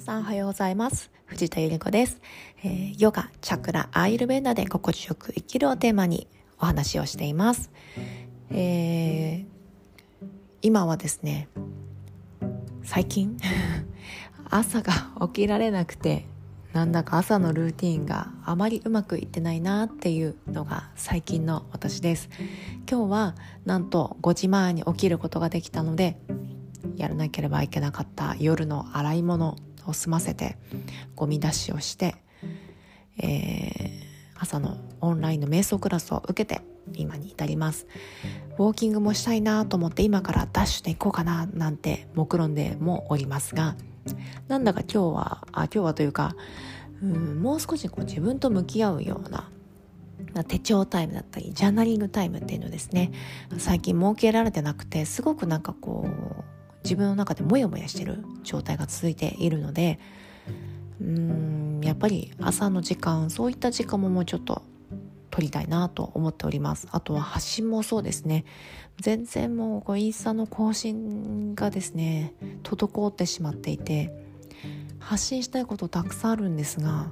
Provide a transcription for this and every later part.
さんおはようございます。藤田由里子です。ヨガ、チャクラ、アーユルヴェーダで心地よく生きるをテーマにお話をしています。今はですね、最近朝が起きられなくて、なんだか朝のルーティーンがあまりうまくいってないなっていうのが最近の私です。今日はなんと5時前に起きることができたので、やらなければいけなかった夜の洗い物を済ませてゴミ出しをして、朝のオンラインの瞑想クラスを受けて今に至ります。ウォーキングもしたいなと思って今からダッシュで行こうかななんて目論んでもおりますが、なんだか今日はというか、もう少し自分と向き合うような手帳タイムだったりジャーナリングタイムっていうのですね、最近設けられてなくて、すごく自分の中でモヤモヤしてる状態が続いているので、やっぱり朝の時間、そういった時間ももうちょっと取りたいなと思っております。あとは発信もそうですね。全然もうインスタの更新がですね滞ってしまっていて、発信したいことたくさんあるんですが、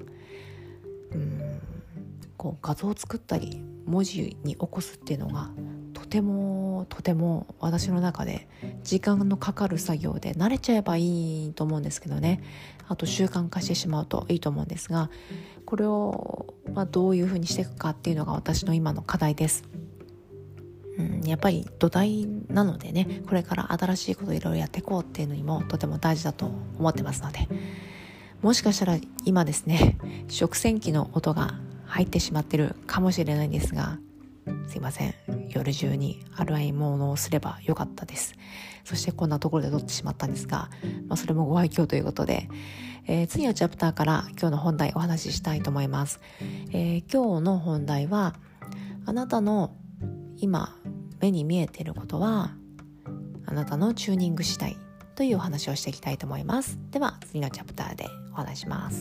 画像を作ったり文字に起こすっていうのがとても私の中で時間のかかる作業で、慣れちゃえばいいと思うんですけどね、あと習慣化してしまうといいと思うんですが、これをどういうふうにしていくかっていうのが私の今の課題です。やっぱり土台なのでね、これから新しいことをいろいろやっていこうっていうのにもとても大事だと思ってますので、もしかしたら今ですね、食洗機の音が入ってしまってるかもしれないんですが、すいません。夜中に洗い物をすればよかったです。そしてこんなところで撮ってしまったんですが、それもご愛嬌ということで、次のチャプターから今日の本題お話ししたいと思います。今日の本題は、あなたの今目に見えていることはあなたのチューニング次第というお話をしていきたいと思います。では次のチャプターでお話します。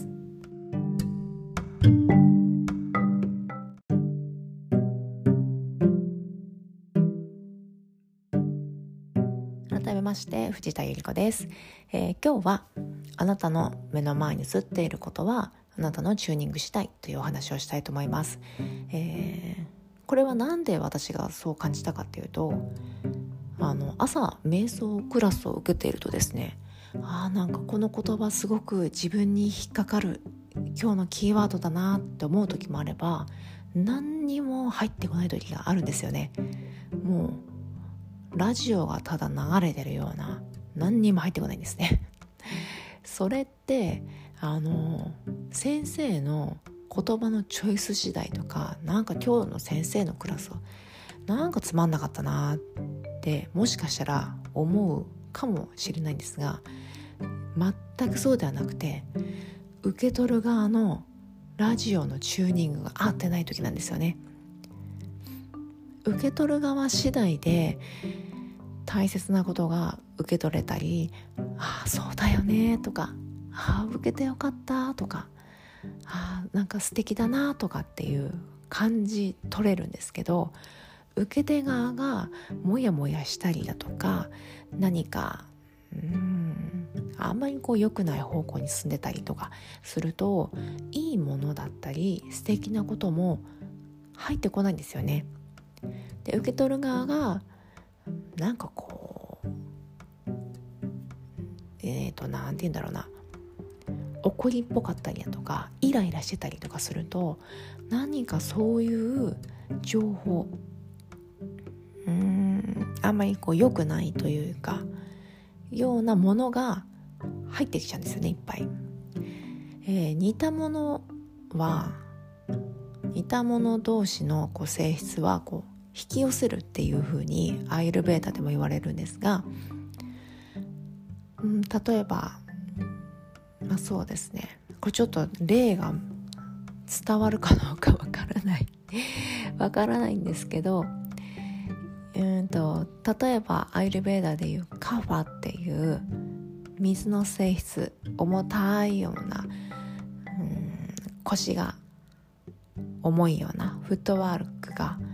改めまして藤田由里子です。今日はあなたの目の前に映っていることはあなたのチューニング次第というお話をしたいと思います。これはなんで私がそう感じたかっていうと、朝瞑想クラスを受けているとですね、なんかこの言葉すごく自分に引っかかる、今日のキーワードだなって思う時もあれば、何にも入ってこない時があるんですよね。もうラジオがただ流れてるような、何にも入ってこないんですね。それって先生の言葉のチョイス次第とか、なんか今日の先生のクラスはなんかつまんなかったなってもしかしたら思うかもしれないんですが、全くそうではなくて、受け取る側のラジオのチューニングが合ってない時なんですよね。受け取る側次第で大切なことが受け取れたり、そうだよねとか、受けてよかったとか、なんか素敵だなとかっていう感じ取れるんですけど、受け手側がモヤモヤしたりだとか、何かあんまり良くない方向に進んでたりとかすると、いいものだったり素敵なことも入ってこないんですよね。で、受け取る側がなんかなんて言うんだろうな、怒りっぽかったりだとかイライラしてたりとかすると、何かそういう情報あんまり良くないというかようなものが入ってきちゃうんですよね、いっぱい。似たもの同士の性質は引き寄せるっていう風にアーユルヴェーダでも言われるんですが、例えばそうですね、これちょっと例が伝わるかどうかわからないんですけど、例えばアーユルヴェーダでいうカファっていう水の性質、重たいような、腰が重いようなフットワークが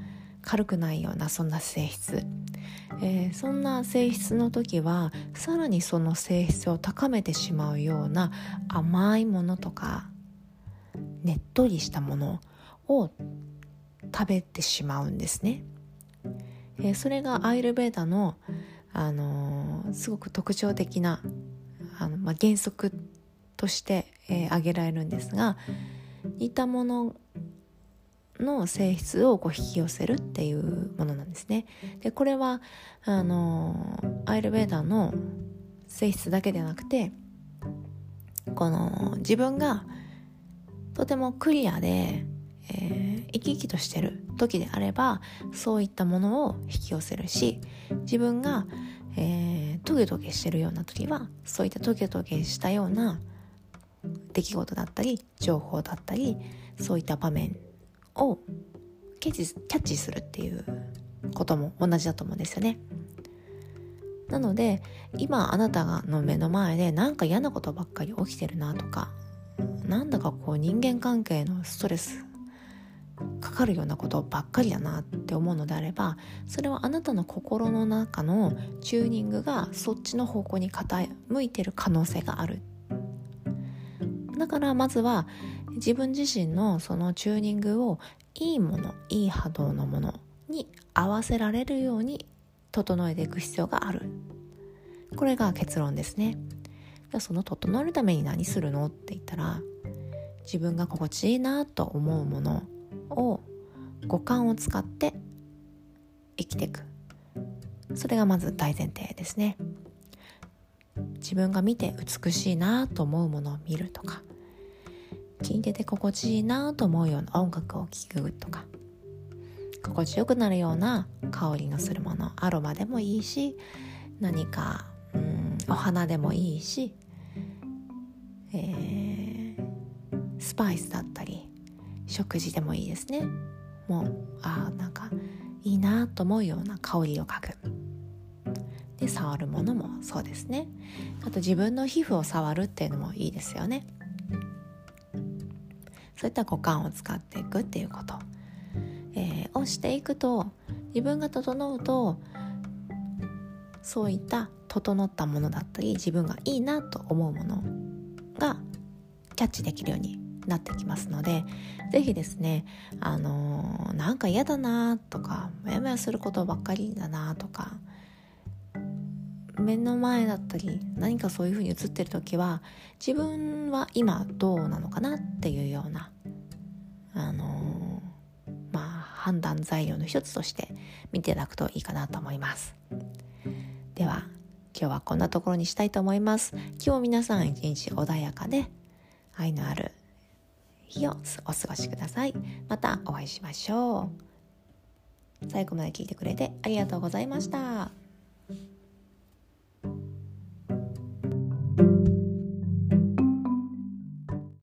軽くないようなそんな性質、そんな性質の時はさらにその性質を高めてしまうような甘いものとかねっとりしたものを食べてしまうんですね。それがアイルベーダの、すごく特徴的な原則として、挙げられるんですが、似たものの性質を引き寄せるっていうものなんですね。でこれはアイルベーダの性質だけでなくて、この自分がとてもクリアで、生き生きとしてる時であればそういったものを引き寄せるし、自分が、トゲトゲしてるような時はそういったトゲトゲしたような出来事だったり情報だったりそういった場面をキャッチするっていうことも同じだと思うんですよね。なので今あなたの目の前でなんか嫌なことばっかり起きてるなとか、なんだか人間関係のストレスかかるようなことばっかりだなって思うのであれば、それはあなたの心の中のチューニングがそっちの方向に傾いてる可能性がある。だからまずは自分自身のそのチューニングをいいもの、いい波動のものに合わせられるように整えていく必要がある。これが結論ですね。その整えるために何するのって言ったら、自分が心地いいなと思うものを五感を使って生きていく。それがまず大前提ですね。自分が見て美しいなと思うものを見るとか、聞いてて心地いいなと思うような音楽を聴くとか、心地よくなるような香りのするもの、アロマでもいいし、何かお花でもいいし、スパイスだったり食事でもいいですね。もうなんかいいなと思うような香りを嗅ぐ。で触るものもそうですね。あと自分の皮膚を触るっていうのもいいですよね。そういった五感を使っていくっていうこと、をしていくと、自分が整うとそういった整ったものだったり自分がいいなと思うものがキャッチできるようになってきますので、ぜひですね、なんか嫌だなとかモヤモヤすることばっかりだなとか、目の前だったり何かそういう風に映ってる時は、自分は今どうなのかなっていうような判断材料の一つとして見ていただくといいかなと思います。では今日はこんなところにしたいと思います。今日皆さん一日穏やかで愛のある日をお過ごしください。またお会いしましょう。最後まで聞いてくれてありがとうございました。